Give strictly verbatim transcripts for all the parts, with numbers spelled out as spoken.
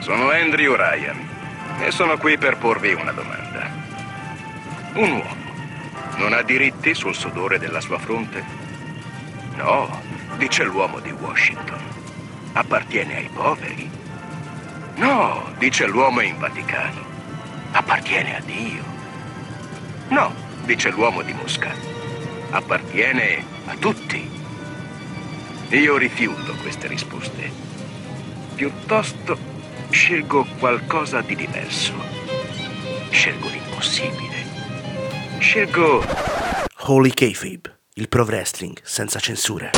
Sono Andrew Ryan e sono qui per porvi una domanda. Un uomo non ha diritti sul sudore della sua fronte? No, dice l'uomo di Washington. Appartiene ai poveri? No, dice l'uomo in Vaticano. Appartiene a Dio? No, dice l'uomo di Mosca. Appartiene a tutti. Io rifiuto queste risposte. Piuttosto scelgo qualcosa di diverso. Scelgo l'impossibile. Scelgo Holy Kayfabe, il pro wrestling senza censure.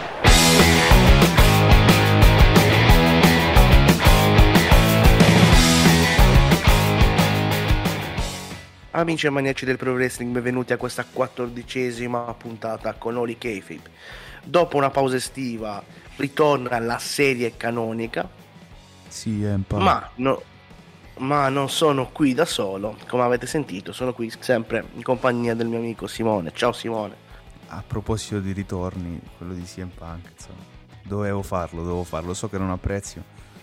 Amici e maniaci del pro wrestling, benvenuti a questa quattordicesima puntata con Holy Kayfabe. Dopo una pausa estiva ritorna la serie canonica. Sì, è un po'. Ma, no, ma non sono qui da solo, come avete sentito, sono qui sempre in compagnia del mio amico Simone. Ciao Simone. A proposito di ritorni, quello di C M Punk, insomma, dovevo farlo, dovevo farlo, so che non apprezzo.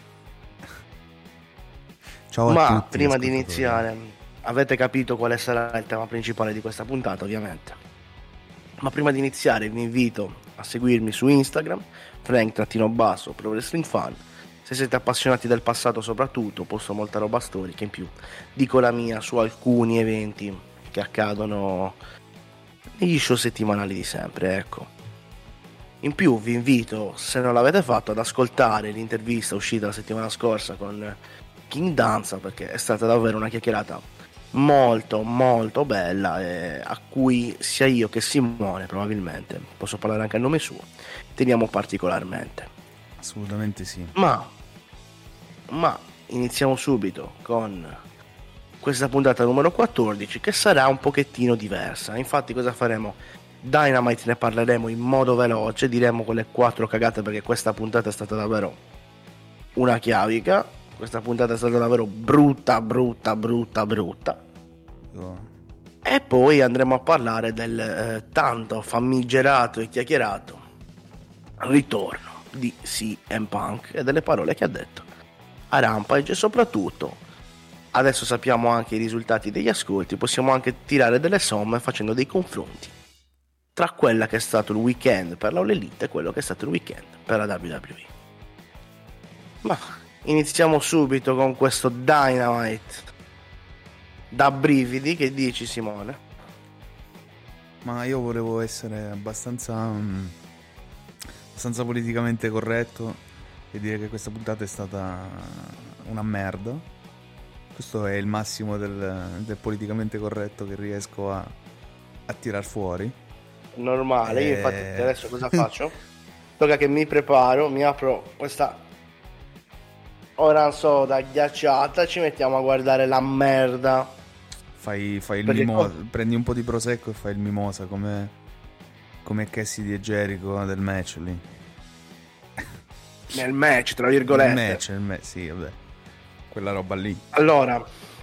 Ciao a ma tutti. Prima di iniziare, avete capito quale sarà il tema principale di questa puntata, ovviamente. Ma prima di iniziare vi invito a seguirmi su Instagram, Frank-Basso Pro Wrestling Fan. Se siete appassionati del passato soprattutto, posto molta roba storica, in più dico la mia su alcuni eventi che accadono negli show settimanali di sempre, ecco. In più vi invito, se non l'avete fatto, ad ascoltare l'intervista uscita la settimana scorsa con King Danza, perché è stata davvero una chiacchierata molto molto bella, e a cui sia io che Simone, probabilmente posso parlare anche a nome suo, teniamo particolarmente. Assolutamente sì. Ma ma iniziamo subito con questa puntata numero quattordici, che sarà un pochettino diversa. Infatti cosa faremo? Dynamite ne parleremo in modo veloce, diremo quelle quattro cagate, perché questa puntata è stata davvero una chiavica. Questa puntata è stata davvero brutta brutta brutta brutta Oh. E poi andremo a parlare del eh, tanto famigerato e chiacchierato ritorno di C M Punk e delle parole che ha detto a Rampage. E soprattutto adesso sappiamo anche i risultati degli ascolti, possiamo anche tirare delle somme facendo dei confronti tra quella che è stato il weekend per la All Elite e quello che è stato il weekend per la W W E. Ma iniziamo subito con questo Dynamite da brividi. Che dici, Simone? Ma io volevo essere abbastanza um, abbastanza politicamente corretto e dire che questa puntata è stata una merda. Questo è il massimo del, del politicamente corretto che riesco a, a tirar fuori. Normale, e... io infatti adesso cosa faccio? Tocca che mi preparo, mi apro questa orange soda ghiacciata, ci mettiamo a guardare la merda. Fai, fai il Perché mimosa, co- prendi un po' di prosecco e fai il mimosa come, come Cassidy e Jericho del match lì. Nel match, tra virgolette. Il match, il match, sì, vabbè. Quella roba lì. Allora,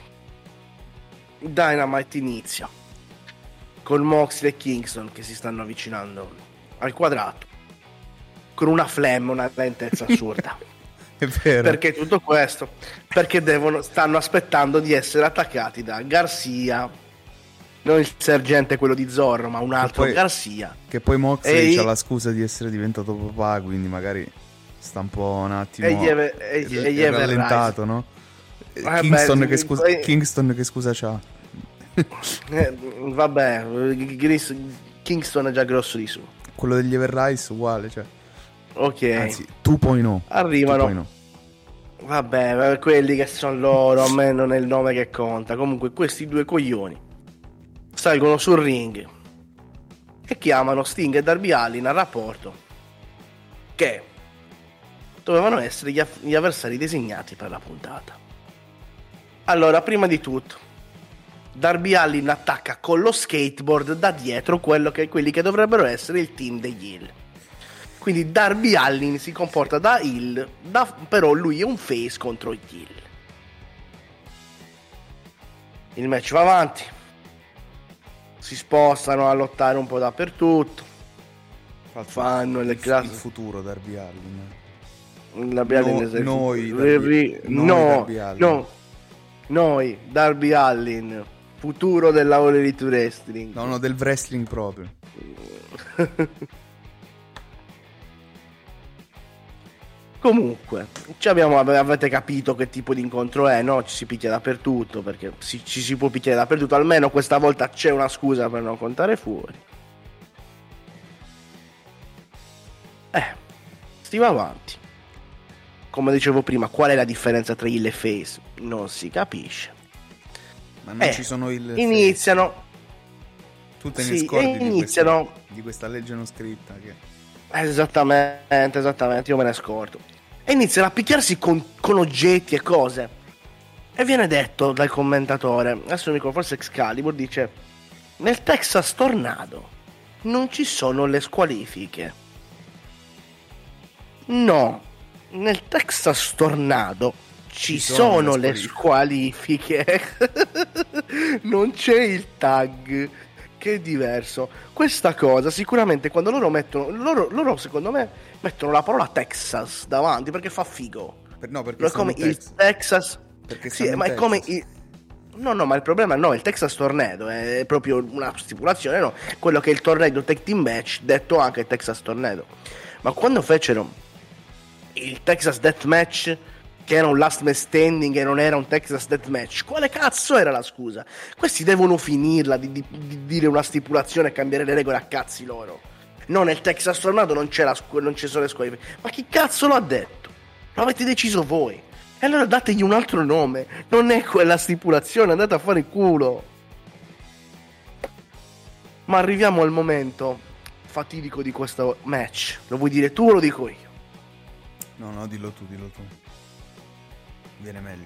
Dynamite inizia con Moxley e Kingston che si stanno avvicinando al quadrato con una flemma, una lentezza assurda. È vero. Perché tutto questo? Perché devono, stanno aspettando di essere attaccati da Garcia, non il sergente quello di Zorro, ma un altro poi, Garcia. Che poi Moxley E ha i- la scusa di essere diventato papà, quindi magari sta un po' un attimo E gli Ever- e gli- e gli Ever rallentato, no? Vabbè, Kingston, che scusa, poi- Kingston che scusa c'ha? Eh, vabbè, Gris- Kingston è già grosso di su. Quello degli Ever Rise uguale, cioè. Ok. Anzi, due punto oh. Arrivano. due punto oh. Vabbè, quelli che sono loro, a me non è il nome che conta. Comunque questi due coglioni salgono sul ring e chiamano Sting e Darby Allin al rapporto che dovevano essere gli, aff- gli avversari designati per la puntata. Allora, prima di tutto, Darby Allin attacca con lo skateboard da dietro quello che, quelli che dovrebbero essere il team degli heel. Quindi Darby Allin si comporta da heel, da, però lui è un face contro i heel. Il match va avanti, si spostano a lottare un po' dappertutto, fanno le il, classi. il futuro Darby Allin. Darby No, Allin, noi, Darby, Darby- noi, no, Darby Allin. no, noi, Darby Allin, futuro della All Elite Wrestling. No, no, del wrestling proprio. Comunque, ci abbiamo, avete capito che tipo di incontro è, no? Ci si picchia dappertutto, perché si, ci si può picchiare dappertutto, almeno questa volta c'è una scusa per non contare fuori. Eh, si va avanti. Come dicevo prima, qual è la differenza tra heel e face? Non si capisce. Ma non Eh, ci sono il iniziano... tu te ne sì, scordi e di iniziano... questa, di questa legge non scritta che... Esattamente, esattamente, io me ne scordo. E iniziano a picchiarsi con, con oggetti e cose. E viene detto dal commentatore, adesso mi ricordo, forse Excalibur, dice: nel Texas Tornado non ci sono le squalifiche. No, nel Texas Tornado ci, Ci sono, sono le le squalifiche. Non c'è il tag, che è diverso. Questa cosa sicuramente quando loro mettono loro, loro secondo me mettono la parola Texas davanti perché fa figo. Per, no, perché È stanno come in il Texas. Texas, Perché sì, stanno in ma è come Texas. il... no no ma il problema no, il Texas Tornado è proprio una stipulazione, no, quello che è il Tornado Tag Team Match, detto anche Texas Tornado. Ma quando fecero il Texas Death Match, che era un last man standing e non era un Texas Death Match, quale cazzo era la scusa? Questi devono finirla di, di, di dire una stipulazione e cambiare le regole a cazzi loro. No, nel Texas Tornado non c'è la scu- non ci sono le squadre. Ma chi cazzo lo ha detto? Lo avete deciso voi. E allora dategli un altro nome. Non è quella stipulazione, andate a fare il culo. Ma arriviamo al momento fatidico di questo match. Lo vuoi dire tu o lo dico io? No, no, dillo tu, dillo tu. Viene meglio.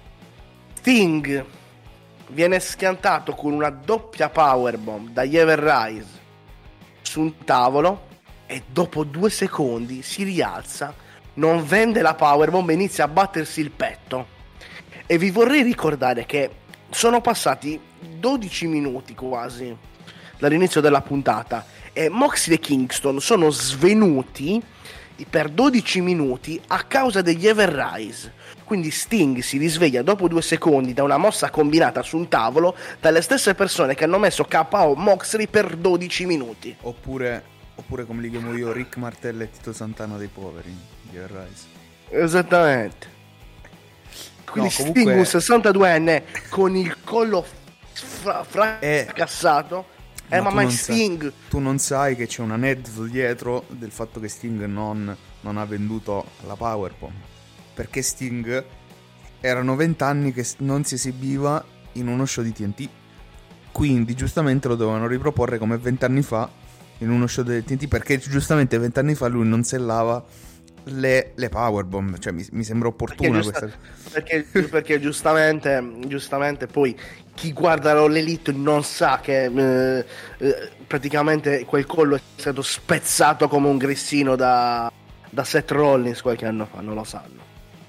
Sting viene schiantato con una doppia powerbomb da Ever Rise su un tavolo e dopo due secondi si rialza, non vende la powerbomb e inizia a battersi il petto. E vi vorrei ricordare che sono passati dodici minuti quasi dall'inizio della puntata e Moxley e Kingston sono svenuti per dodici minuti a causa degli Ever Rise. Quindi Sting si risveglia dopo due secondi da una mossa combinata su un tavolo dalle stesse persone che hanno messo K O Moxley per dodici minuti. Oppure, oppure come li chiamo io, Rick Martello e Tito Santana dei poveri di Rise. Esattamente. Quindi No, comunque- Sting, un sessantaduenne con il collo fra- Eh, fracassato. Eh, ma ma tu mai non sai- Sting. Tu non sai che c'è un aneddoto dietro del fatto che Sting non, non ha venduto la Powerbomb. Perché Sting erano vent'anni che non si esibiva in uno show di T N T. Quindi giustamente lo dovevano riproporre come vent'anni fa in uno show di T N T. Perché giustamente vent'anni fa lui non sellava le, le Powerbomb. Cioè mi, mi sembra opportuna Perché, giusta- questa. perché, perché giustamente, giustamente poi chi guarda l'Elite non sa che eh, eh, praticamente quel collo è stato spezzato come un grissino da, da Seth Rollins qualche anno fa, non lo sanno.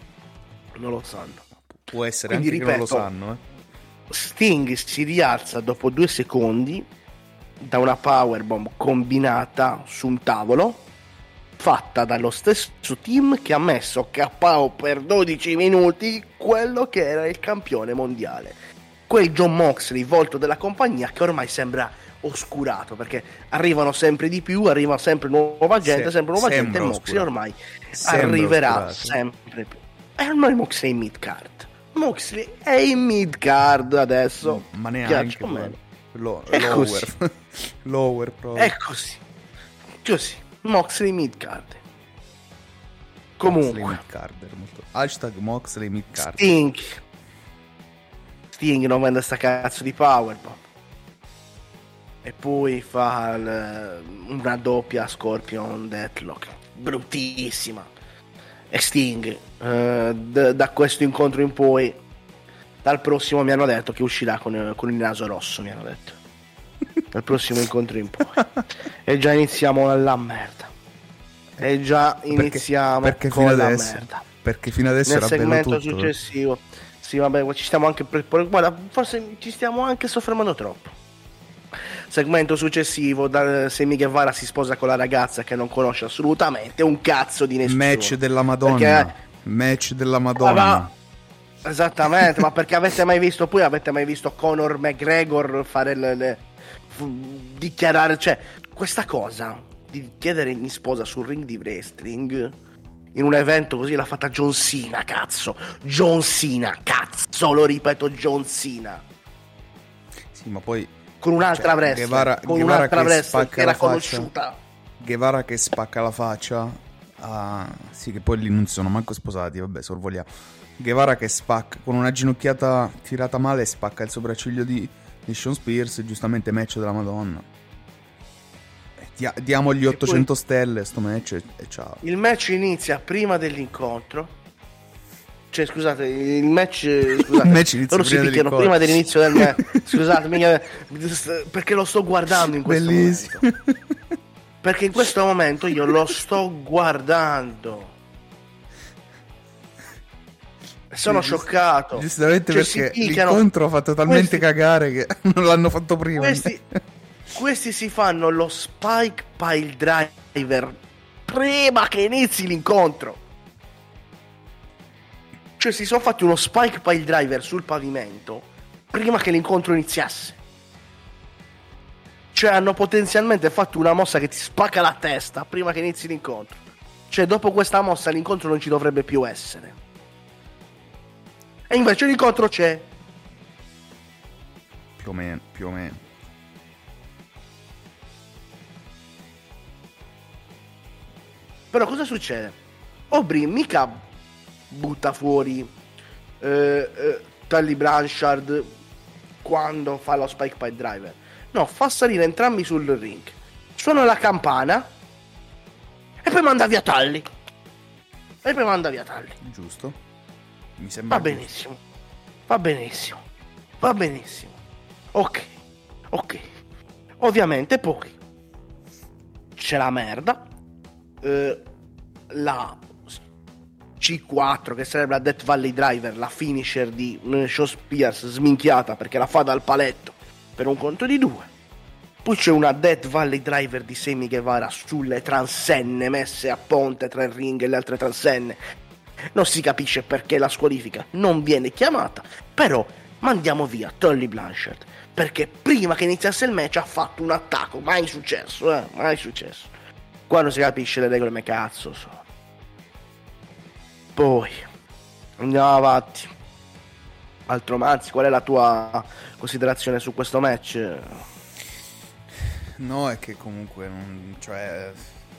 Non lo sanno. Può essere Quindi, anche che non lo ripeto, sanno, eh. Sting si rialza dopo due secondi da una powerbomb combinata su un tavolo fatta dallo stesso team che ha messo K O per dodici minuti quello che era il campione mondiale, quel John Moxley, volto della compagnia, che ormai sembra oscurato perché arrivano sempre di più, arriva sempre nuova gente, Se- sempre nuova gente sembra e Moxley oscurato. ormai Sembra arriverà oscurato. sempre più. E ormai Moxley è in mid card. Moxley è in mid card adesso. Ma Piace neanche o meno. quello. Lo- È lower. Lower proprio. È così. Così. Moxley mid card. Moxley Comunque, Midcarder, molto- hashtag Moxley Midcarder. Sting. Sting non vende sta cazzo di powerbomb. E poi fa il- una doppia Scorpion Deathlock. Bruttissima. E Sting, eh, d- da questo incontro in poi, dal prossimo mi hanno detto che uscirà con, con il naso rosso, mi hanno detto. Dal prossimo incontro in poi. E già iniziamo la merda. E già iniziamo perché con fino la adesso, merda. perché fino adesso Nel era bello segmento tutto. successivo. Sì, vabbè, ci stiamo anche per, per- guarda, forse ci stiamo anche soffermando troppo. Segmento successivo, da Sammy Guevara si sposa con la ragazza che non conosce assolutamente un cazzo di nessuno. Match della Madonna. Perché... Match della Madonna. Ma... Esattamente, ma perché avete mai visto poi avete mai visto Conor McGregor fare le, le f- dichiarare, cioè questa cosa di chiedere in sposa sul ring di wrestling in un evento così l'ha fatta John Cena, cazzo. John Cena, cazzo, lo ripeto, John Cena. Sì, ma poi con un'altra cioè, wrestler, Guevara, con Guevara un'altra che wrestler che era spacca la conosciuta. faccia, Guevara che spacca la faccia a... sì, che poi lì non si sono manco sposati, vabbè, sorvoliamo. Guevara che spacca con una ginocchiata tirata male, spacca il sopracciglio di, di Sean Spears, giustamente match della Madonna. Eh, dia, diamogli ottocento poi, stelle sto match e, e ciao. Il match inizia prima dell'incontro. Cioè, scusate, il match, scusate, il match inizia loro prima si picchiano prima dell'inizio del match. Scusate, mica, perché lo sto guardando in questo Bellissimo. momento. Perché in questo momento io lo sto guardando. Sono sì, scioccato. Giustamente cioè, perché l'incontro ha fatto talmente questi, cagare che non l'hanno fatto prima. Questi, questi si fanno lo spike pile driver prima che inizi l'incontro. Cioè si sono fatti uno spike pile driver sul pavimento prima che l'incontro iniziasse. Cioè hanno potenzialmente fatto una mossa che ti spacca la testa prima che inizi l'incontro. Cioè dopo questa mossa l'incontro non ci dovrebbe più essere. E invece l'incontro c'è. Più o meno, più o meno. Però cosa succede? Aubrey mica butta fuori eh, eh, Tully Blanchard quando fa lo spike pile driver. No, fa salire entrambi sul ring. Suona la campana e poi manda via Tully. E poi manda via Tully. Giusto. Mi sembra va benissimo, va benissimo, va benissimo. Ok, ok. Ovviamente poi c'è la merda, eh, la C quattro che sarebbe la Death Valley Driver, la finisher di Shawn Spears sminchiata perché la fa dal paletto per un conto di due. Poi c'è una Death Valley Driver di Sammy Guevara sulle transenne messe a ponte tra il ring e le altre transenne. Non si capisce perché la squalifica non viene chiamata, però mandiamo via Tully Blanchard perché prima che iniziasse il match ha fatto un attacco, mai successo, eh, mai successo. Qua non si capisce le regole, me cazzo sono. Poi andiamo avanti. Altro Manzi, qual è la tua considerazione su questo match? No, è che comunque non, cioè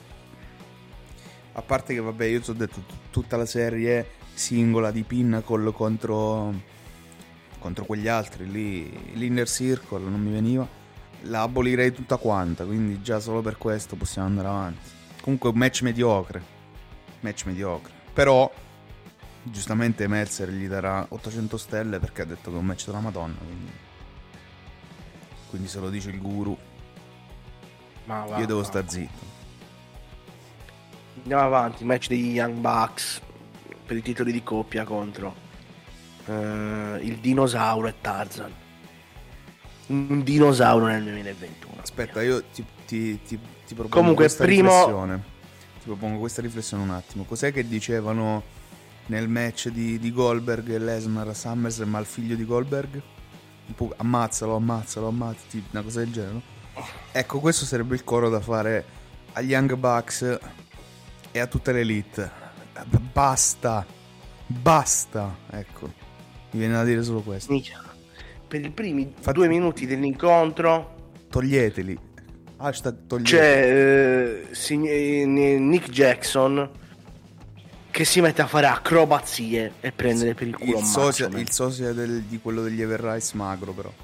a parte che vabbè, io ti ho detto t- tutta la serie singola di Pinnacle contro contro quegli altri lì, l'Inner Circle non mi veniva, la abolirei tutta quanta, quindi già solo per questo possiamo andare avanti. Comunque un match mediocre, match mediocre, però giustamente Meltzer gli darà ottocento stelle perché ha detto che è un match della Madonna, quindi quindi se lo dice il guru Ma va, io devo va. star zitto. Andiamo avanti, match degli Young Bucks per i titoli di coppia contro uh, il dinosauro e Tarzan. Un dinosauro nel duemilaventuno. Aspetta, io ti, ti, ti, ti propongo Comunque, questa primo... riflessione. Ti propongo questa riflessione un attimo. Cos'è che dicevano nel match di, di Goldberg e Lesnar a SummerSlam al figlio di Goldberg? Tipo, ammazzalo, ammazzalo, ammazzati, una cosa del genere, no? Ecco, questo sarebbe il coro da fare agli Young Bucks e a tutta l'elite. Basta, basta, ecco, mi viene da dire solo questo. Per i primi Fat... due minuti dell'incontro toglieteli, hashtag toglieteli. C'è eh, sig- Nick Jackson che si mette a fare acrobazie e prendere per il culo il sosia, il sosia del, di quello degli Ever Rice magro, però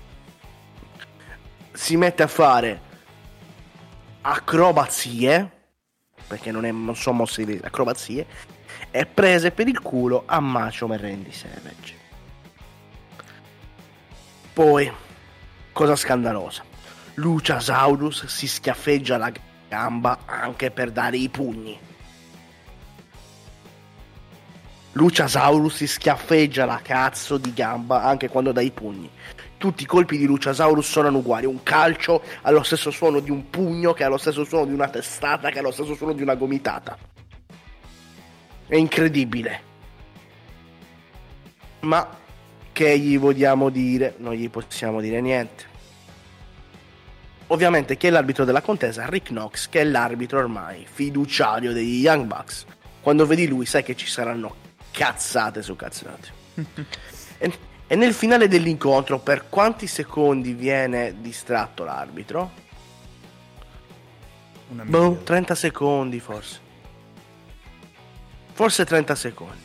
si mette a fare acrobazie perché non, è, non sono mosse di acrobazie e prese per il culo a Macho Man Randy Savage. Poi cosa scandalosa, Luchasaurus si schiaffeggia la gamba anche per dare i pugni. Luchasaurus si schiaffeggia la cazzo di gamba anche quando dà i pugni. tutti i colpi di Luchasaurus suonano uguali. Un calcio ha lo stesso suono di un pugno, che ha lo stesso suono di una testata, che ha lo stesso suono di una gomitata. È incredibile. Ma che gli vogliamo dire? Non gli possiamo dire niente. Ovviamente chi è l'arbitro della contesa? Rick Knox, che è l'arbitro ormai fiduciario degli Young Bucks. Quando vedi lui sai che ci saranno cazzate su cazzate. e, e nel finale dell'incontro, per quanti secondi viene distratto l'arbitro? Una Boh, trenta secondi forse. Forse trenta secondi.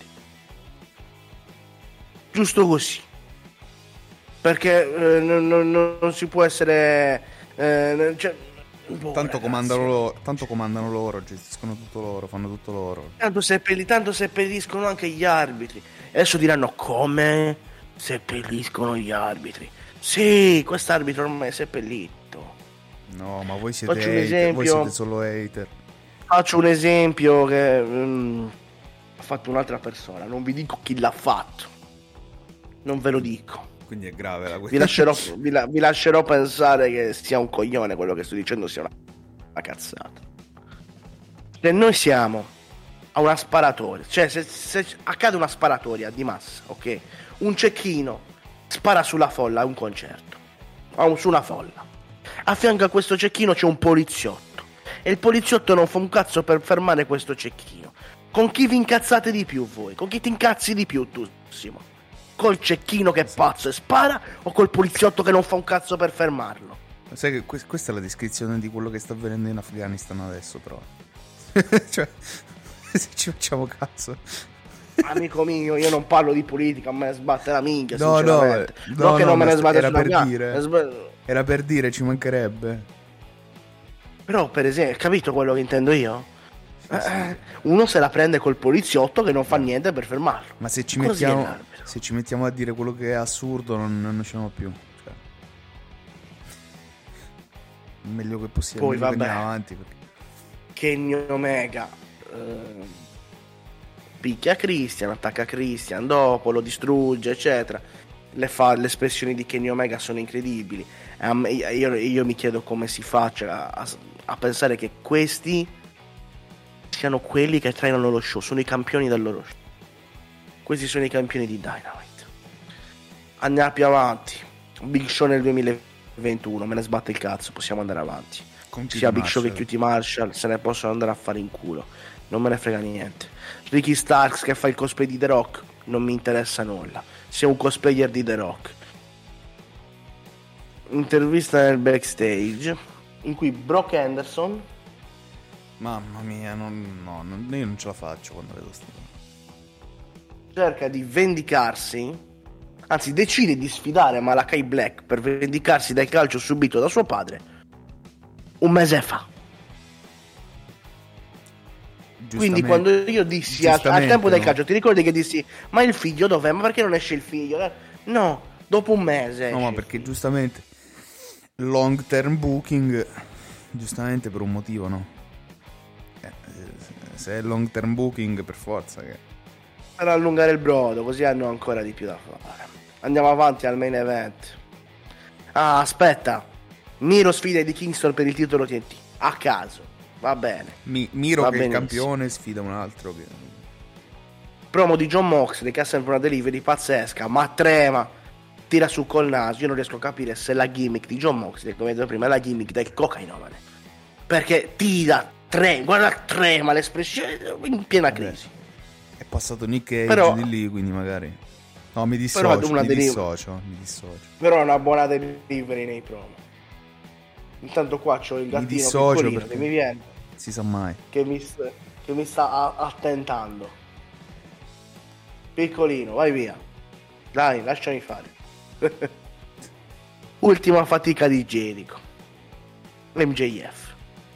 Giusto così. Perché eh, non, non, non si può essere... Eh, cioè, boh, tanto, ragazzi, comandano loro, tanto comandano loro, gestiscono tutto loro, fanno tutto loro. Tanto, seppelli, tanto seppelliscono anche gli arbitri. E adesso diranno come seppelliscono gli arbitri. Sì, quest'arbitro ormai è seppellito. No, ma voi siete Faccio un hater, esempio. voi siete solo hater. Faccio un esempio che um, ha fatto un'altra persona. Non vi dico chi l'ha fatto. Non ve lo dico. Quindi è grave la Vi lascerò, vi, la, vi lascerò pensare che sia un coglione quello che sto dicendo, sia una, una cazzata. Se noi siamo a una sparatoria, cioè se, se accade una sparatoria di massa, ok? Un cecchino spara sulla folla a un concerto, a un, su una folla. A fianco a questo cecchino c'è un poliziotto e il poliziotto non fa un cazzo per fermare questo cecchino. Con chi vi incazzate di più voi? Con chi ti incazzi di più tu, Simo? Col cecchino che è pazzo e spara o col poliziotto che non fa un cazzo per fermarlo? Sai che que- questa è la descrizione di quello che sta avvenendo in Afghanistan adesso, però. Cioè, se ci facciamo cazzo. Amico mio, io non parlo di politica, a me ne sbatte la minchia, No, sinceramente. no, non no, che no, non me ma ne sbatte era sulla per mia- dire. ne sb- Era per dire, ci mancherebbe. Però, per esempio, capito quello che intendo io? Sì, sì. Eh, uno se la prende col poliziotto che non fa niente per fermarlo. Ma se ci Così è mettiamo l'arbitro. se ci mettiamo a dire quello che è assurdo, non, non ne siamo più. Cioè, meglio che possiamo Poi, vabbè. andiamo avanti. Perché... Kenny Omega eh, picchia Christian, attacca Christian, dopo lo distrugge, eccetera. Le, fa, le espressioni di Kenny Omega sono incredibili. Um, io, io mi chiedo come si faccia a, a pensare che questi siano quelli che trainano lo show, sono i campioni del loro show. Questi sono i campioni di Dynamite. Andiamo più avanti. Big Show nel duemilaventuno, me ne sbatte il cazzo, possiamo andare avanti. Con Sia Big Marshall. Show che Q T Marshall se ne possono andare a fare in culo. Non me ne frega niente. Ricky Starks che fa il cosplay di The Rock, non mi interessa nulla. Sia un cosplayer di The Rock. Intervista nel backstage in cui Brock Anderson, Mamma mia, non, no, non- io non ce la faccio quando vedo sto. cerca di vendicarsi, anzi decide di sfidare Malakai Black per vendicarsi dal calcio subito da suo padre un mese fa. Quindi quando io dissi al, al tempo del no? calcio, ti ricordi che dissi ma il figlio dov'è? Ma perché non esce il figlio? No, dopo un mese No, esce ma il perché figlio. giustamente long term booking, giustamente per un motivo, no? Eh, se è long term booking, per forza che... Per allungare il brodo, così hanno ancora di più da fare. Andiamo avanti al main event. Ah, aspetta. Miro sfida di Kingston per il titolo T N T. A caso. Va bene. Mi- Miro Va che è il benissimo. campione sfida un altro che... Promo di John Moxley che ha sempre una delivery pazzesca, ma trema, tira su col naso. Io non riesco a capire se la gimmick di John Moxley, come detto prima, è la gimmick del cocainomane. Perché tira, trema, guarda, trema l'espressione in piena crisi. È passato Nick Cage Però- di lì, quindi magari... No, mi Però dissocio, una mi deriva- dissocio, mi dissocio. Però è una buona delivery nei promo. Intanto qua c'ho il gattino dissocio piccolino perché- che mi viene, Si sa mai. che mi, sta, che mi sta a- attentando. Piccolino, vai via. Dai, lasciami fare. Ultima fatica di Jericho. M J F.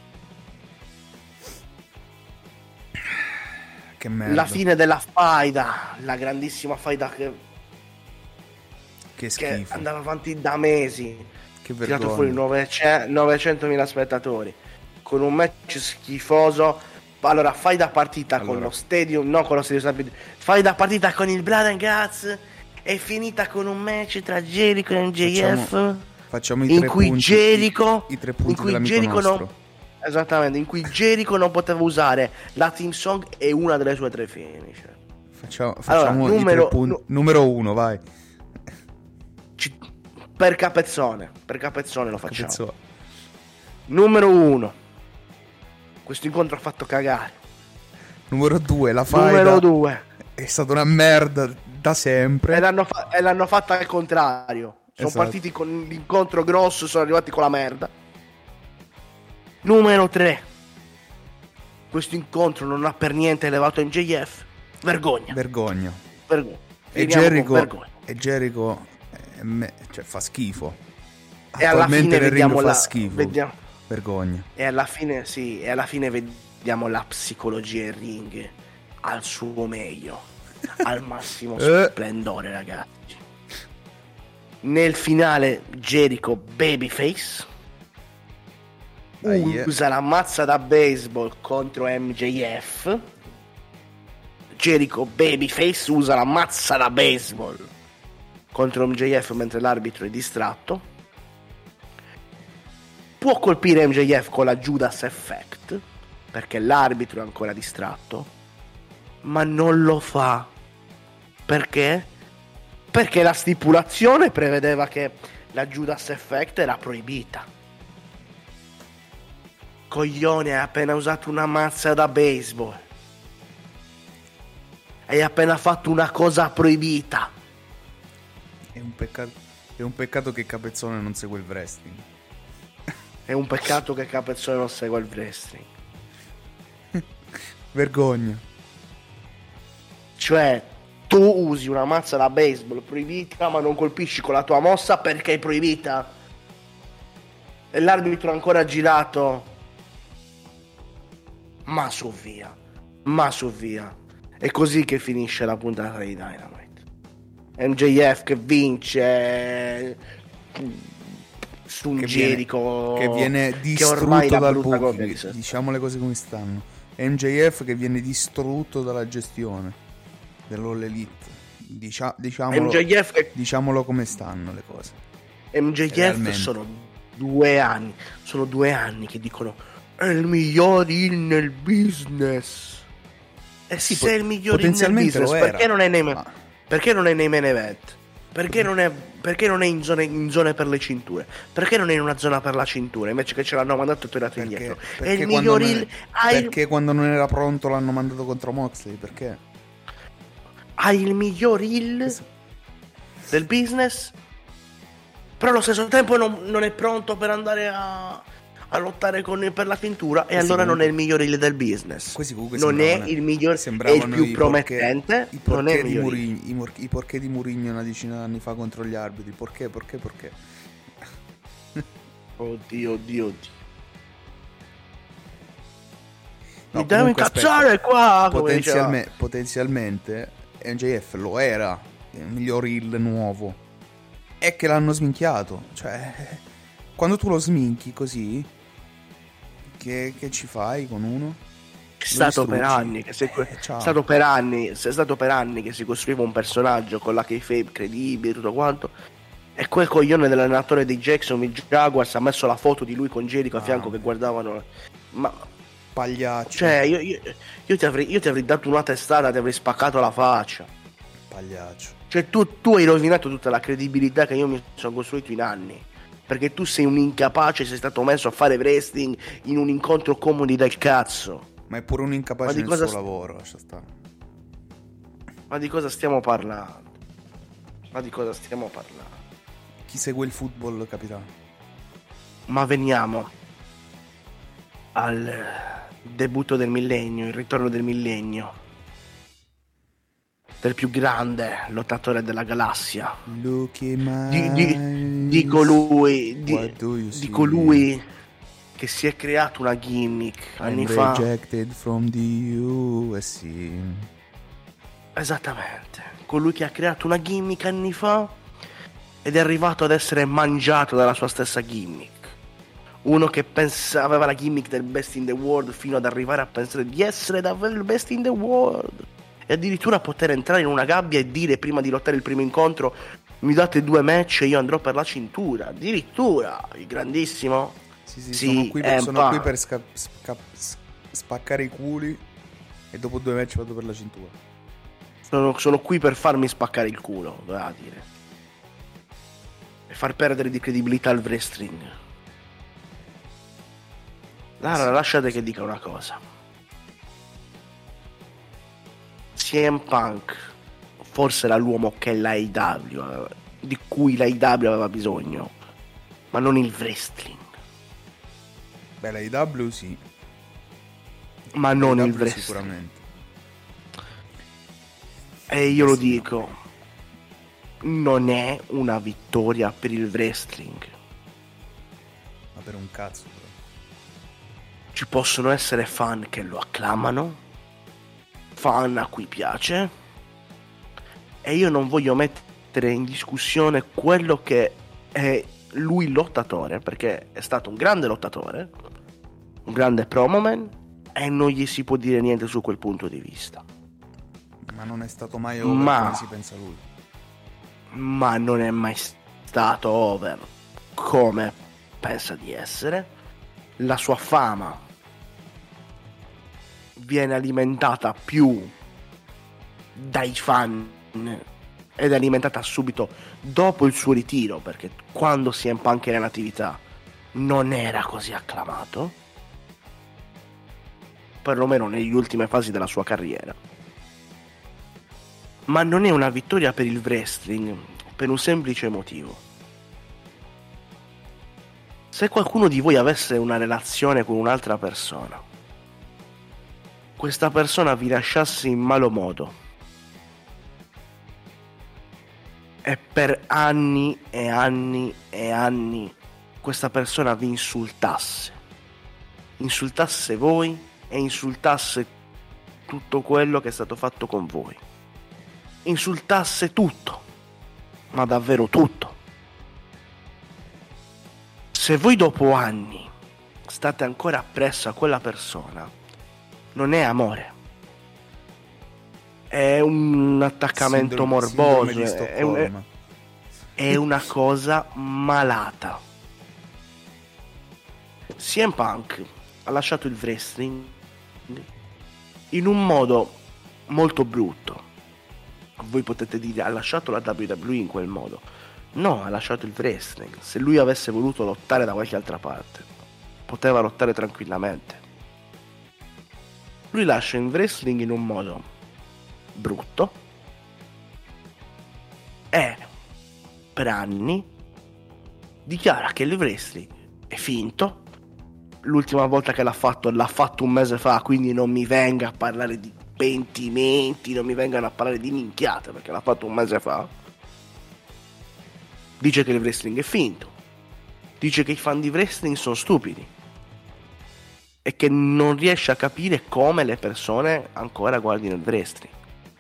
Che merda. La fine della faida, la grandissima faida che, Che che schifo. andava avanti da mesi. Che Tirato fuori vergogna. novecentomila spettatori con un match schifoso. Allora fai da partita con Allora. lo stadium, no con lo stadium, fai da partita con il Blood and Guts è finita con un match tra Jericho e M J F Facciamo, facciamo i in tre cui punti, Jericho i, i tre punti in cui dell'amico Jericho nostro. non, esattamente, in cui Jericho non poteva usare la team song e una delle sue tre finisher. Facciamo, facciamo Allora, i numero- tre punti. nu- Numero uno, vai. Ci- per capezzone, per capezzone lo facciamo. Cazzo. Numero uno, questo incontro ha fatto cagare. Numero due, la faida Numero due, è stata una merda da sempre. e l'hanno, fa- e l'hanno fatta al contrario. Sono Esatto. partiti con l'incontro grosso, sono arrivati con la merda. Numero tre, questo incontro non ha per niente elevato M J F. Vergogna. Vergogna. Vergogna. E Finiamo con Jericho, vergogna. e Jericho è me- cioè, fa schifo. E alla Attualmente fine nel ring vediamo fa la, schifo. vediamo, Vergogna. e alla fine sì, e alla fine vediamo la psicologia in ring al suo meglio, al massimo Eh. splendore, ragazzi. Nel finale Jericho babyface Aie. usa la mazza da baseball contro M J F. Jericho babyface usa la mazza da baseball contro M J F mentre l'arbitro è distratto. Può colpire M J F con la Judas Effect perché l'arbitro è ancora distratto, ma non lo fa. Perché? Perché la stipulazione prevedeva che la Judas Effect era proibita. Coglione, hai appena usato una mazza da baseball. Hai appena fatto una cosa proibita. È un peccato, è un peccato che Capezzone non segue il wrestling. È un peccato che Capezzone non segua il wrestling. Vergogna. Cioè, tu usi una mazza da baseball proibita, ma non colpisci con la tua mossa perché è proibita. E l'arbitro ha ancora girato. Ma su via. Ma su via. È così che finisce la puntata di Dynamite. M J F che vince su un Che Jericho viene, che viene che ormai distrutto la dal brutta copia di booking. sé. Diciamo le cose come stanno. M J F che viene distrutto dalla gestione dell'All Elite. Dicia- diciamolo, M J F che diciamolo come stanno le cose. M J F Realmente. sono due anni, sono due anni che dicono è il miglior heel nel business. E Sì, se è il po- miglior heel nel potenzialmente business, lo era. perché non è nei Ma- perché non è nei main event? Perché non è perché non è in zone, in zone per le cinture? Perché non è in una zona per la cintura? Invece che ce l'hanno mandato e tirato Perché, indietro. È perché il quando miglior non, heel. Hai il- perché quando non era pronto l'hanno mandato contro Moxley? Perché? hai il miglior heel del business, però allo stesso tempo non, non è pronto per andare a, a lottare con, per la cintura, e Questi allora non è comunque- il miglior heel del business. Questi comunque non è sembravano- il miglior, è sembravano il più i promettente, porché- i non è il porché di miglior heel. Murigno, i, mor- i porché di Murigno una decina di anni fa contro gli arbitri. Perché? Perché? Perché? Oddio, oddio, oddio. No, Mi devo comunque, incazzare aspetta. qua, come Potenzialme- diceva. potenzialmente M J F lo era il miglior heel nuovo. È che l'hanno sminchiato. Cioè, quando tu lo sminchi così, che, che ci fai con uno? È stato per distruggi. anni che si è, Eh, ciao. è stato per anni, è stato per anni che si costruiva un personaggio con la kayfabe credibile, tutto quanto. E quel coglione dell'allenatore dei Jacksonville Jaguars ha messo la foto di lui con Jericho a Ah. fianco che guardavano. Ma Pagliaccio. cioè, io, io, io ti avrei, io ti avrei dato una testata, ti avrei spaccato la faccia. Pagliaccio. Cioè, tu, tu hai rovinato tutta la credibilità che io mi sono costruito in anni. Perché tu sei un incapace, sei stato messo a fare wrestling in un incontro comodi del cazzo. Ma è pure un Ma incapace di nel cosa suo st- lavoro. Lascia stare. Ma di cosa stiamo parlando? Ma di cosa stiamo parlando? Chi segue il football capirà. Ma veniamo al debutto del millennio, il ritorno del millennio, del più grande lottatore della galassia, Look in my di, di, eyes. di colui di, What do you di see? colui che si è creato una gimmick anni I'm fa. rejected from the U S C. Esattamente, colui che ha creato una gimmick anni fa ed è arrivato ad essere mangiato dalla sua stessa gimmick. Uno che pensa, aveva la gimmick del best in the world fino ad arrivare a pensare di essere davvero il best in the world. e addirittura poter entrare in una gabbia e dire prima di lottare il primo incontro mi date due match e io andrò per la cintura, addirittura il grandissimo. Sì, sì, sì, sono qui per, sono Punk. qui per sca- sca- spaccare i culi e dopo due match vado per la cintura. Sono, sono qui per farmi spaccare il culo, doveva dire, e far perdere di credibilità al wrestling. Allora, lasciate che dica una cosa. C M Punk forse era l'uomo che l'A E W aveva, di cui l'A E W aveva bisogno, ma non il wrestling. Beh, la I W sì. Ma non A E W il wrestling. sicuramente. E io lo dico, non è una vittoria per il wrestling. Ma per un cazzo però. Ci possono essere fan che lo acclamano, fan a cui piace, e io non voglio mettere in discussione quello che è lui lottatore, perché è stato un grande lottatore, un grande promoman, e non gli si può dire niente su quel punto di vista. Ma non è stato mai over Ma- come si pensa lui. Ma non è mai stato over come pensa di essere. La sua fama viene alimentata più dai fan ed è alimentata subito dopo il suo ritiro, perché quando C M Punk era in attività non era così acclamato, perlomeno negli ultime fasi della sua carriera. Ma non è una vittoria per il wrestling per un semplice motivo. Se qualcuno di voi avesse una relazione con un'altra persona, questa persona vi lasciasse in malo modo e per anni e anni e anni questa persona vi insultasse, insultasse voi e insultasse tutto quello che è stato fatto con voi, insultasse tutto, ma davvero tutto. Se voi dopo anni state ancora appresso a quella persona, non è amore, è un attaccamento Sindrome- morboso, sindrome di è, un- Stoccolma. è una cosa malata. C M Punk ha lasciato il wrestling in un modo molto brutto. Voi potete dire ha lasciato la W W E in quel modo. No, ha lasciato il wrestling. Se lui avesse voluto lottare da qualche altra parte, poteva lottare tranquillamente. Lui lascia il wrestling in un modo brutto e per anni dichiara che il wrestling è finto. L'ultima volta che l'ha fatto l'ha fatto un mese fa, quindi non mi venga a parlare di pentimenti, non mi vengano a parlare di minchiate, perché l'ha fatto un mese fa. Dice che il wrestling è finto, dice che i fan di wrestling sono stupidi e che non riesce a capire come le persone ancora guardino il wrestling.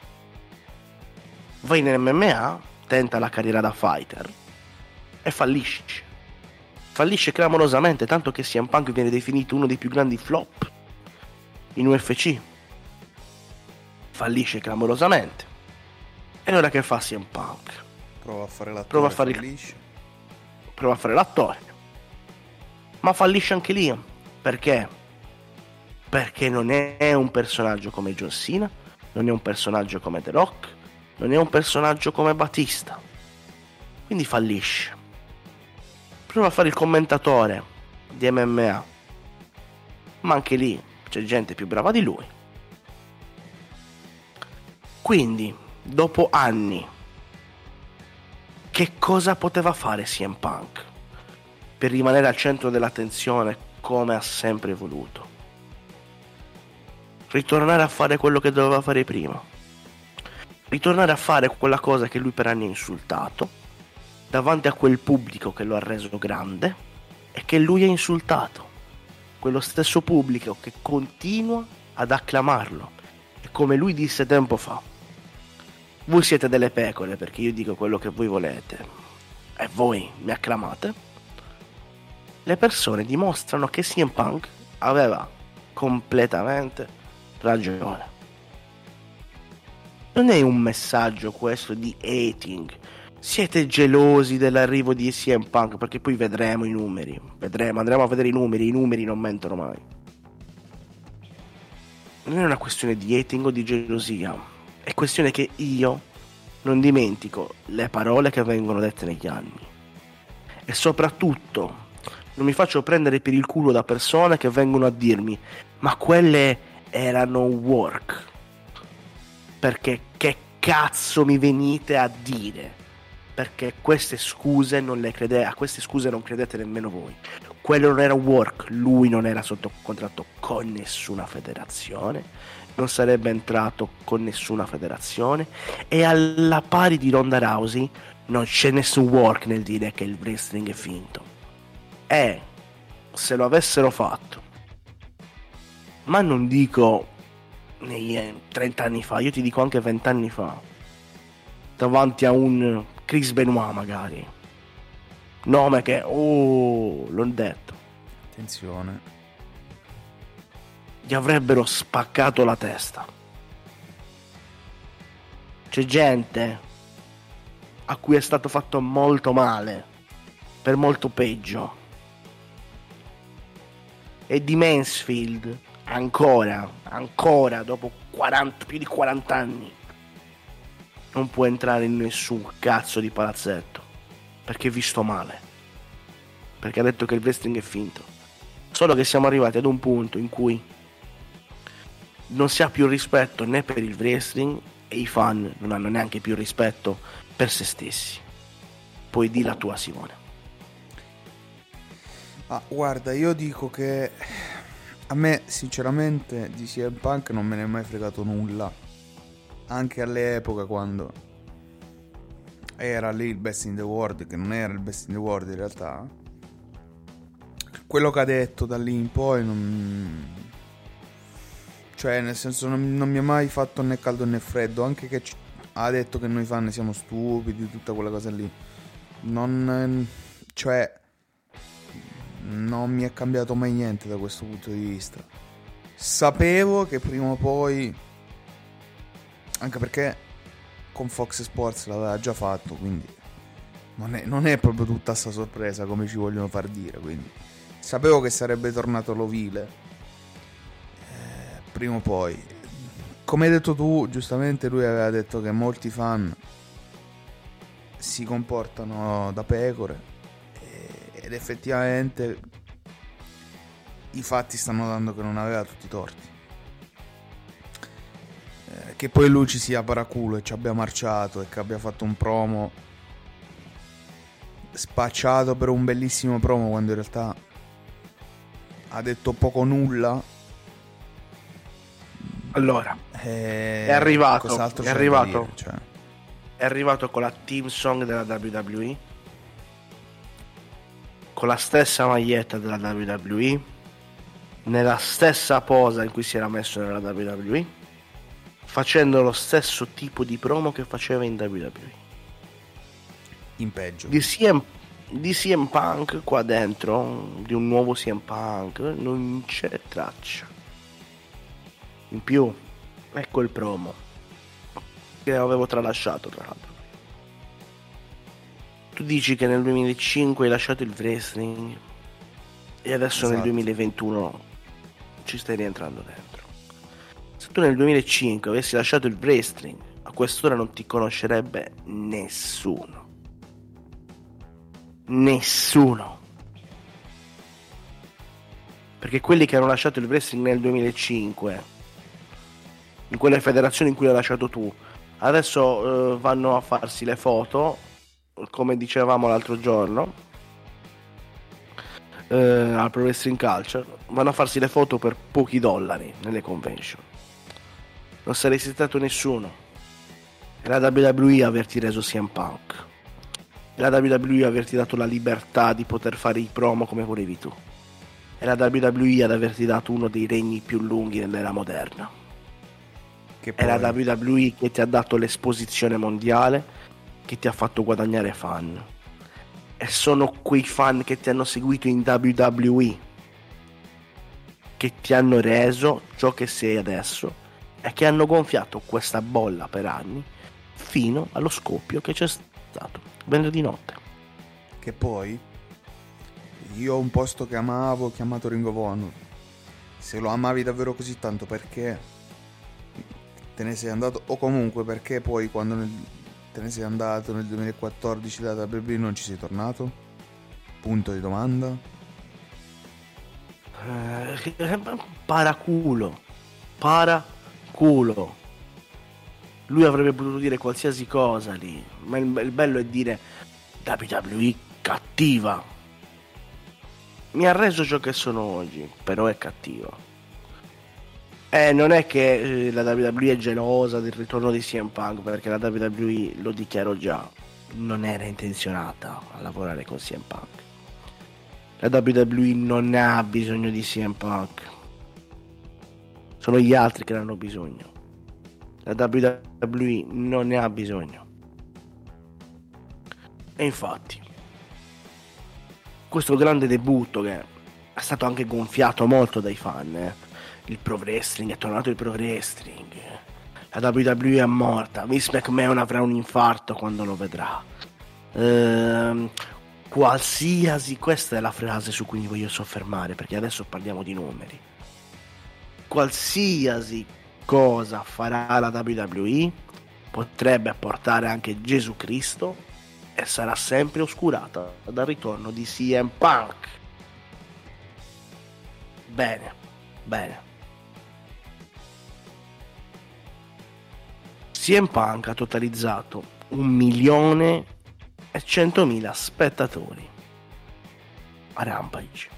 Va in M M A, tenta la carriera da fighter e fallisce. Fallisce clamorosamente, tanto che C M Punk viene definito uno dei più grandi flop in U F C. Fallisce clamorosamente. E allora che fa C M Punk? Prova a fare l'attore, Prova a fare il- fallisce. Prova a fare l'attore, ma fallisce anche lì. Perché? Perché non è un personaggio come John Cena, non è un personaggio come The Rock, non è un personaggio come Batista, quindi fallisce. Prova a fare il commentatore di M M A, ma anche lì c'è gente più brava di lui. Quindi dopo anni, che cosa poteva fare C M Punk per rimanere al centro dell'attenzione come ha sempre voluto? Ritornare a fare quello che doveva fare prima. Ritornare a fare quella cosa che lui per anni ha insultato davanti a quel pubblico che lo ha reso grande e che lui ha insultato. Quello stesso pubblico che continua ad acclamarlo. E come lui disse tempo fa: voi siete delle pecore perché io dico quello che voi volete e voi mi acclamate. Le persone dimostrano che C M Punk aveva completamente ragione. non è un messaggio questo di hating. Siete gelosi dell'arrivo di C M Punk, perché poi vedremo i numeri, vedremo, andremo a vedere i numeri, i numeri non mentono mai. Non è una questione di hating o di gelosia, è questione che io non dimentico le parole che vengono dette negli anni, e soprattutto non mi faccio prendere per il culo da persone che vengono a dirmi ma quelle erano work, perché che cazzo mi venite a dire? Perché queste scuse non le crede, a queste scuse non credete nemmeno voi. Quello non era work, lui non era sotto contratto con nessuna federazione, non sarebbe entrato con nessuna federazione, e alla pari di Ronda Rousey non c'è nessun work nel dire che il wrestling è finto. E se lo avessero fatto, ma non dico nei trenta anni fa, io ti dico anche venti anni fa, davanti a un Chris Benoit magari, nome che, oh, l'ho detto, attenzione, gli avrebbero spaccato la testa. C'è gente a cui è stato fatto molto male, per molto peggio, e di Mansfield ancora, ancora dopo quaranta, più di quaranta anni non può entrare in nessun cazzo di palazzetto, perché è visto male, perché ha detto che il wrestling è finto. Solo che siamo arrivati ad un punto in cui non si ha più rispetto né per il wrestling, e i fan non hanno neanche più rispetto per se stessi. Poi di la tua, Simone. Ah, guarda, io dico che a me sinceramente di C M Punk non me ne è mai fregato nulla, anche all'epoca quando era lì il best in the world, che non era il best in the world in realtà. Quello che ha detto da lì in poi non... cioè nel senso non, non mi ha mai fatto né caldo né freddo, anche che c- ha detto che noi fan siamo stupidi, tutta quella cosa lì, non, cioè non mi è cambiato mai niente da questo punto di vista. Sapevo che prima o poi, anche perché con Fox Sports l'aveva già fatto, quindi non è, non è proprio tutta sta sorpresa come ci vogliono far dire, quindi sapevo che sarebbe tornato l'ovile eh, prima o poi. Come hai detto tu, giustamente lui aveva detto che molti fan si comportano da pecore, ed effettivamente i fatti stanno dando che non aveva tutti i torti. Eh, che poi lui ci sia paraculo e ci abbia marciato e che abbia fatto un promo spacciato per un bellissimo promo, quando in realtà ha detto poco nulla. Allora, eh, è arrivato, cos'altro è c'è da arrivato, dire, cioè. è arrivato con la team song della W W E, con la stessa maglietta della W W E, nella stessa posa in cui si era messo nella W W E, facendo lo stesso tipo di promo che faceva in W W E. In peggio. Di C M, di C M Punk qua dentro, di un nuovo C M Punk, non c'è traccia. In più, ecco il promo che avevo tralasciato, tra l'altro. Tu dici che nel duemilacinque hai lasciato il wrestling e adesso Esatto. Nel duemilaventuno ci stai rientrando dentro. Se tu nel duemilacinque avessi lasciato il wrestling, a quest'ora non ti conoscerebbe nessuno. Nessuno. Perché quelli che hanno lasciato il wrestling nel duemilacinque, in quelle federazioni in cui l'hai lasciato tu, adesso eh, vanno a farsi le foto, come dicevamo l'altro giorno, eh, al Pro Wrestling Culture, vanno a farsi le foto per pochi dollari nelle convention. Non saresti stato nessuno. È la W W E averti reso C M Punk, è la W W E averti dato la libertà di poter fare i promo come volevi tu, è la W W E ad averti dato uno dei regni più lunghi nell'era moderna, Che è la poi... W W E che ti ha dato l'esposizione mondiale, che ti ha fatto guadagnare fan, e sono quei fan che ti hanno seguito in W W E che ti hanno reso ciò che sei adesso, e che hanno gonfiato questa bolla per anni fino allo scoppio che c'è stato venerdì notte. Che poi io ho un posto che amavo chiamato Ring of Honor. Se lo amavi davvero così tanto, perché te ne sei andato? O comunque perché poi quando nel, te ne sei andato nel duemilaquattordici da W W E non ci sei tornato? Punto di domanda. Eh, paraculo paraculo lui avrebbe potuto dire qualsiasi cosa lì, ma il, il bello è dire W W E cattiva. Mi ha reso ciò che sono oggi, però è cattiva. Eh, non è che eh, la W W E è gelosa del ritorno di C M Punk, perché la W W E, lo dichiaro già, non era intenzionata a lavorare con C M Punk. La W W E non ha bisogno di C M Punk, sono gli altri che ne hanno bisogno. La W W E non ne ha bisogno. E infatti questo grande debutto, che è stato anche gonfiato molto dai fan, eh? Il pro wrestling, è tornato il pro wrestling, la W W E è morta, Vince McMahon avrà un infarto quando lo vedrà, ehm, qualsiasi, questa è la frase su cui mi voglio soffermare, perché adesso parliamo di numeri. Qualsiasi cosa farà la W W E potrebbe portare anche Gesù Cristo e sarà sempre oscurata dal ritorno di C M Punk. Bene, bene. C M Punk ha totalizzato un milione e centomila spettatori a Rampage.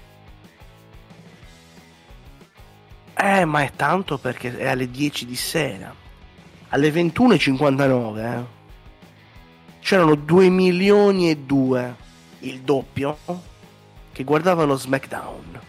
Eh, ma è tanto, perché è alle dieci di sera. Alle ventuno e cinquantanove, eh, c'erano due milioni e due, il doppio, che guardavano SmackDown.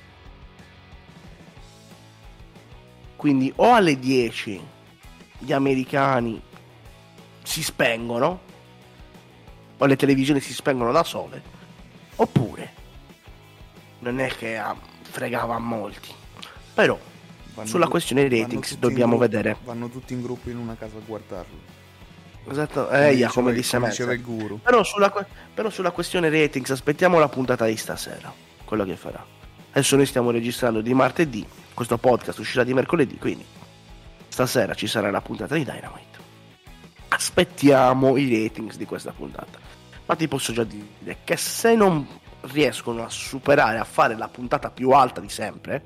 Quindi o alle dieci gli americani si spengono, o le televisioni si spengono da sole, oppure non è che ah, fregava a molti. Però vanno sulla tu- questione ratings dobbiamo gruppo, vedere. Vanno tutti in gruppo in una casa a guardarlo. Esatto, eh, yeah, come disse me. Il guru. Però sulla, però sulla questione ratings aspettiamo la puntata di stasera, quello che farà. Adesso noi stiamo registrando di martedì, questo podcast uscirà di mercoledì, quindi stasera ci sarà la puntata di Dynamite. Aspettiamo i ratings di questa puntata. Ma ti posso già dire che se non riescono a superare, a fare la puntata più alta di sempre,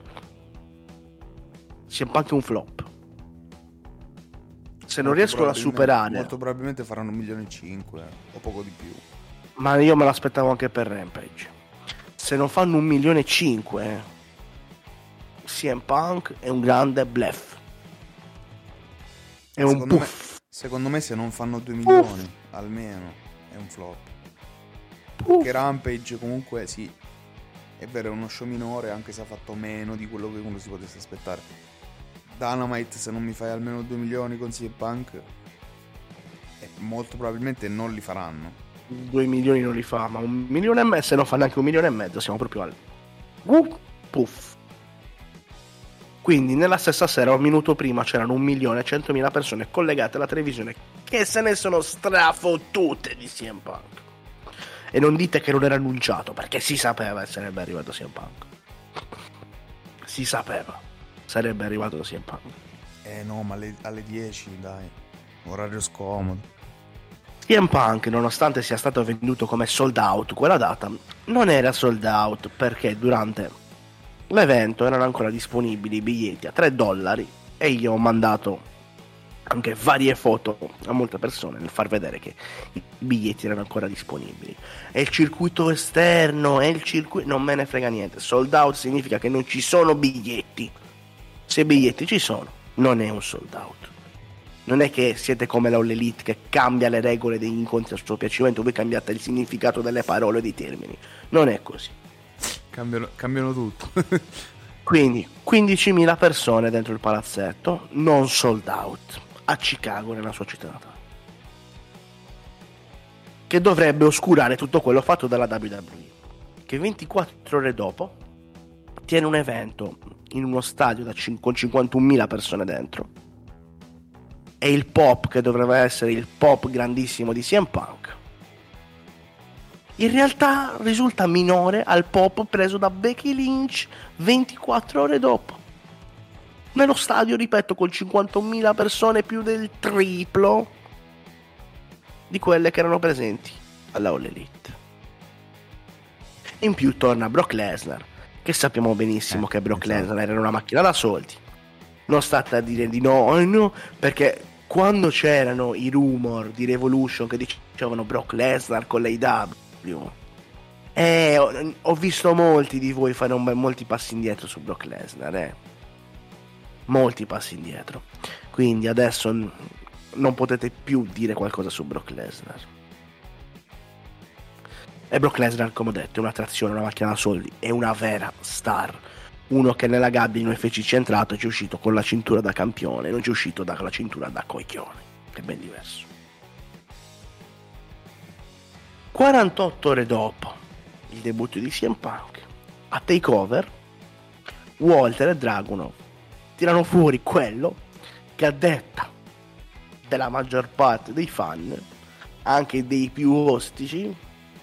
sia anche un flop. Se non molto riescono a superare, molto probabilmente faranno un milione e cinque o poco di più. Ma io me l'aspettavo anche per Rampage. Se non fanno un milione e cinque, C M Punk è un grande bluff. È un secondo puff. Me, secondo me se non fanno due milioni puff. Almeno è un flop. Puff. Perché Rampage comunque sì, è vero, è uno show minore, anche se ha fatto meno di quello che uno si potesse aspettare. Dynamite, se non mi fai almeno due milioni con C M Punk, eh, molto probabilmente non li faranno. due milioni non li fa, ma un milione e mezzo, se non fa neanche un milione e mezzo, siamo proprio al uh, puff. Quindi nella stessa sera, un minuto prima, c'erano un milione e centomila persone collegate alla televisione che se ne sono strafottute di C M Punk. E non dite che non era annunciato, perché si sapeva che sarebbe arrivato C M Punk. Si sapeva sarebbe arrivato C M Punk. Eh no, ma alle, alle dieci, dai, orario scomodo. C M Punk, nonostante sia stato venduto come sold out quella data, non era sold out, perché durante l'evento erano ancora disponibili i biglietti a tre dollari e io ho mandato anche varie foto a molte persone nel far vedere che i biglietti erano ancora disponibili. E il circuito esterno, e il circuito, non me ne frega niente. Sold out significa che non ci sono biglietti. Se biglietti ci sono, non è un sold out. Non è che siete come la All Elite che cambia le regole degli incontri a suo piacimento, voi cambiate il significato delle parole e dei termini. Non è così. Cambiano, cambiano tutto. Quindi quindicimila persone dentro il palazzetto, non sold out, a Chicago, nella sua città natale, che dovrebbe oscurare tutto quello fatto dalla W W E, che ventiquattro ore dopo tiene un evento in uno stadio da cin- con cinquantunomila persone dentro, e il pop che dovrebbe essere il pop grandissimo di C M Punk, in realtà risulta minore al pop preso da Becky Lynch ventiquattro ore dopo. Nello stadio, ripeto, con cinquantamila persone, più del triplo di quelle che erano presenti alla All Elite. In più torna Brock Lesnar, che sappiamo benissimo eh, che Brock esatto. Lesnar era una macchina da soldi. Non state a dire di no, eh no, perché quando c'erano i rumor di Revolution che dicevano Brock Lesnar con l'A E W, eh, ho, ho visto molti di voi fare un, molti passi indietro su Brock Lesnar, eh. molti passi indietro, quindi adesso n- non potete più dire qualcosa su Brock Lesnar. E Brock Lesnar, come ho detto, è un'attrazione, una macchina da soldi, è una vera star, uno che nella gabbia in U F C c'è entrato e c'è uscito con la cintura da campione, non c'è uscito dalla cintura da coglione, che è ben diverso. quarantotto ore dopo il debutto di C M Punk, a TakeOver, Walter e Dragunov tirano fuori quello che, a detta della maggior parte dei fan, anche dei più ostici,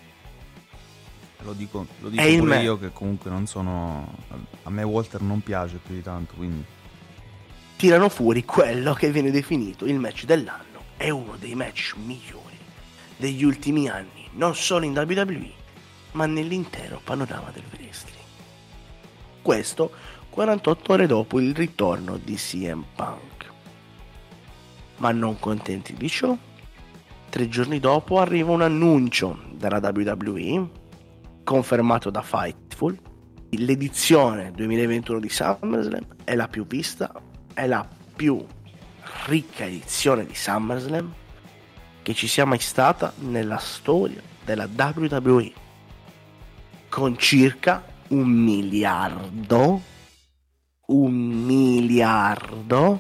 Lo dico, lo dico è il pure me- io, che comunque non sono... A me Walter non piace più di tanto, quindi... tirano fuori quello che viene definito il match dell'anno. È uno dei match migliori degli ultimi anni, non solo in W W E, ma nell'intero panorama del wrestling. Questo quarantotto ore dopo il ritorno di C M Punk. Ma non contenti di ciò, tre giorni dopo arriva un annuncio dalla W W E, confermato da Fightful: l'edizione duemilaventuno di SummerSlam è la più vista, è la più ricca edizione di SummerSlam che ci sia mai stata nella storia della W W E, con circa un miliardo un miliardo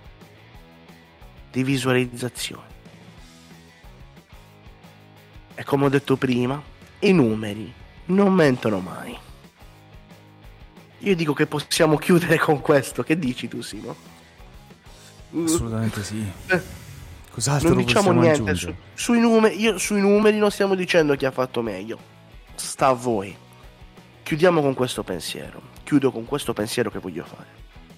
di visualizzazioni. E come ho detto prima, i numeri non mentono mai. Io dico che possiamo chiudere con questo. Che dici tu, Simo? Assolutamente sì. Eh, Cos'altro non diciamo possiamo niente aggiungere? su, sui numeri. Io sui numeri non stiamo dicendo chi ha fatto meglio. Sta a voi. Chiudiamo con questo pensiero. Chiudo con questo pensiero che voglio fare.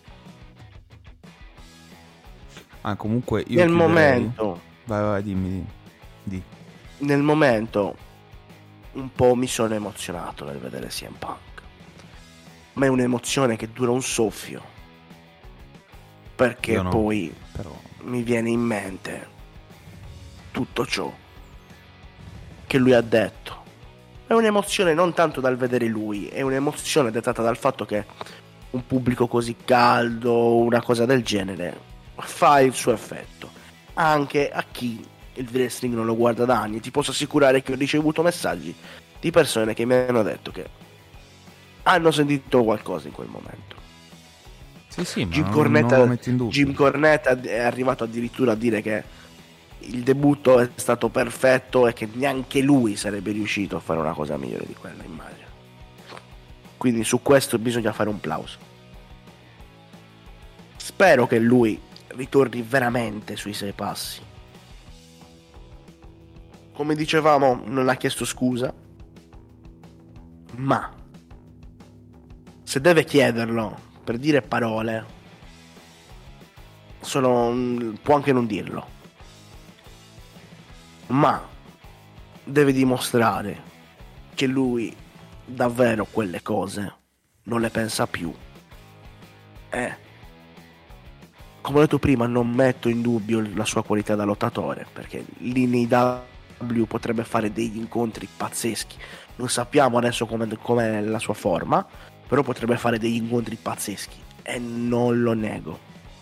Ah, comunque io Nel chiuderei... momento, Vai, vai, dimmi, dimmi. Di. nel momento, un po' mi sono emozionato nel vedere C M Punk. Ma è un'emozione che dura un soffio, perché Io no, poi però... mi viene in mente tutto ciò che lui ha detto. È un'emozione non tanto dal vedere lui, è un'emozione dettata dal fatto che un pubblico così caldo, una cosa del genere, fa il suo effetto anche a chi il wrestling non lo guarda da anni. Ti posso assicurare che ho ricevuto messaggi di persone che mi hanno detto che hanno sentito qualcosa in quel momento. Sì, sì, ma Jim non, Cornette, non lo metto in dubbio. Jim Cornette è arrivato addirittura a dire che il debutto è stato perfetto e che neanche lui sarebbe riuscito a fare una cosa migliore di quella, immagino. Quindi su questo bisogna fare un plauso. Spero che lui ritorni veramente sui sei passi. Come dicevamo, non ha chiesto scusa, ma se deve chiederlo per dire parole, sono, può anche non dirlo, ma deve dimostrare che lui davvero quelle cose non le pensa più. Eh, come ho detto prima, non metto in dubbio la sua qualità da lottatore, perché lì nei W potrebbe fare degli incontri pazzeschi. Non sappiamo adesso come è la sua forma, però potrebbe fare degli incontri pazzeschi e non lo nego.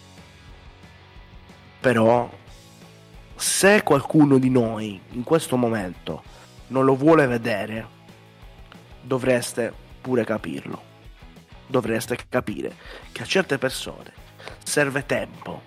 Però se qualcuno di noi in questo momento non lo vuole vedere, dovreste pure capirlo. Dovreste capire che a certe persone serve tempo,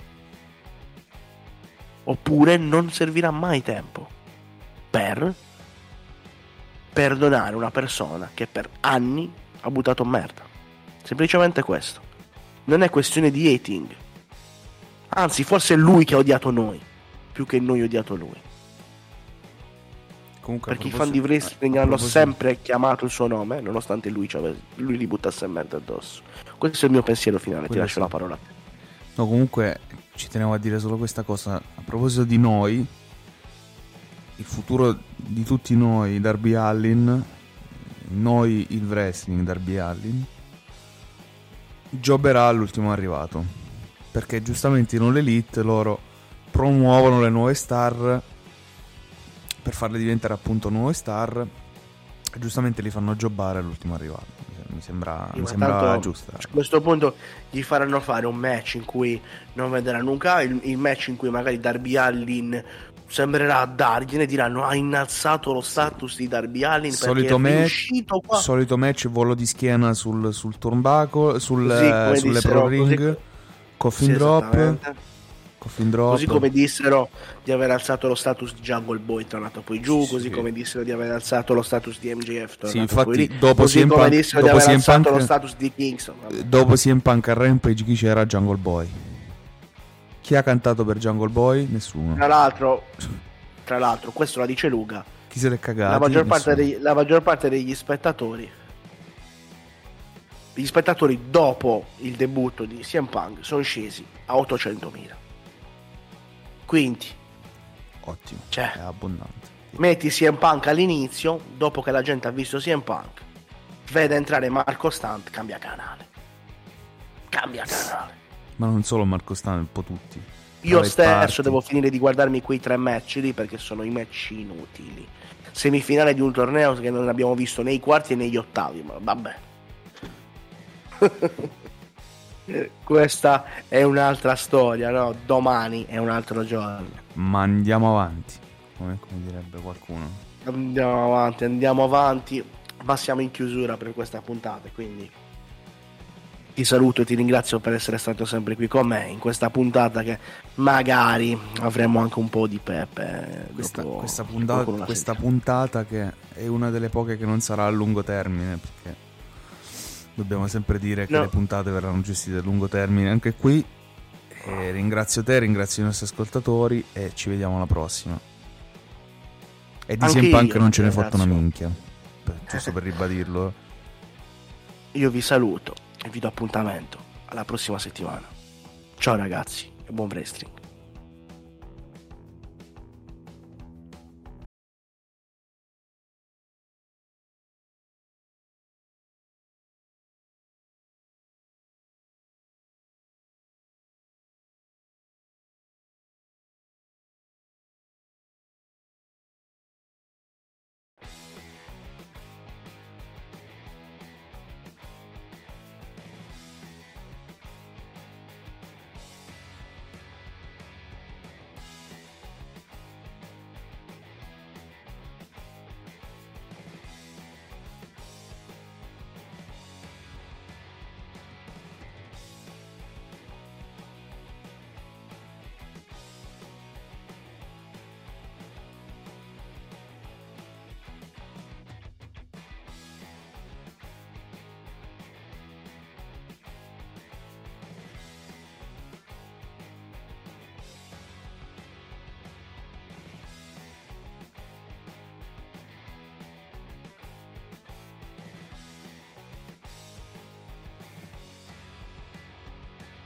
oppure non servirà mai tempo per perdonare una persona che per anni ha buttato merda. Semplicemente questo. Non è questione di hating, Anzi, forse è lui che ha odiato noi, più che noi odiato lui. Comunque, perché i fan di wrestling hanno sempre chiamato il suo nome, nonostante lui, cioè, lui li buttasse merda addosso. Questo è il mio pensiero finale, ti lascio la parola. No, comunque ci tenevo a dire solo questa cosa. A proposito di noi, il futuro di tutti noi, Darby Allin, noi il wrestling, Darby Allin, gioberà all'ultimo arrivato, perché giustamente in All Elite loro promuovono le nuove star per farle diventare appunto nuove star, e giustamente li fanno jobbare all'ultimo arrivato. Mi sembra, Sì, mi sembra tanto, giusto. A questo punto gli faranno fare un match in cui non vedranno un ca- il, il match in cui magari Darby Allin sembrerà dargliene, diranno ha innalzato lo status di Darby Allin solito perché è match, riuscito qua. Solito match, volo di schiena sul, sul turnbuckle, sul, Così come sulle dissero, pro ring, così- coffin sì, drop, esattamente. coffin drop. Così come dissero di aver alzato lo status di Jungle Boy tornato poi giù, Sì, così sì. come dissero di aver alzato lo status di M J F tornato Sì, infatti, poi lì, dopo così C M come Punk- dissero di dopo aver C M alzato Punk- lo status di Kingston. Vabbè. Dopo C M Punk a Rampage chi c'era? Jungle Boy. Chi ha cantato per Jungle Boy? Nessuno. Tra l'altro, tra l'altro, questo la dice Luca. Chi se l'è cagato? La maggior, parte degli, la maggior parte degli spettatori, gli spettatori dopo il debutto di C M Punk sono scesi a ottocentomila. Quindi, Ottimo, cioè, è abbondante. metti C M Punk all'inizio, dopo che la gente ha visto C M Punk, vede entrare Marco Stunt, cambia canale. Cambia canale. Ma non solo Marco Stano, un po' tutti. Io Private stesso Party. devo finire di guardarmi quei tre match lì perché sono i match inutili. Semifinale di un torneo che non abbiamo visto né i quarti né gli ottavi, ma vabbè. Questa è un'altra storia, no? Domani è un altro giorno. Ma andiamo avanti, come, come direbbe qualcuno. Andiamo avanti, andiamo avanti. Ma siamo in chiusura per questa puntata, quindi ti saluto e ti ringrazio per essere stato sempre qui con me in questa puntata che magari avremo anche un po' di pepe. Questa, dopo- questa, dopo puntata, una questa settimana. puntata che è una delle poche che non sarà a lungo termine, perché dobbiamo sempre dire che No. le puntate verranno gestite a lungo termine anche qui. E ringrazio te, ringrazio i nostri ascoltatori e ci vediamo alla prossima. E di Anche C M Punk io non ce ne ti è fatto una ringrazio. minchia, per- giusto per ribadirlo. Io vi saluto e vi do appuntamento alla prossima settimana. Ciao ragazzi e buon wrestling.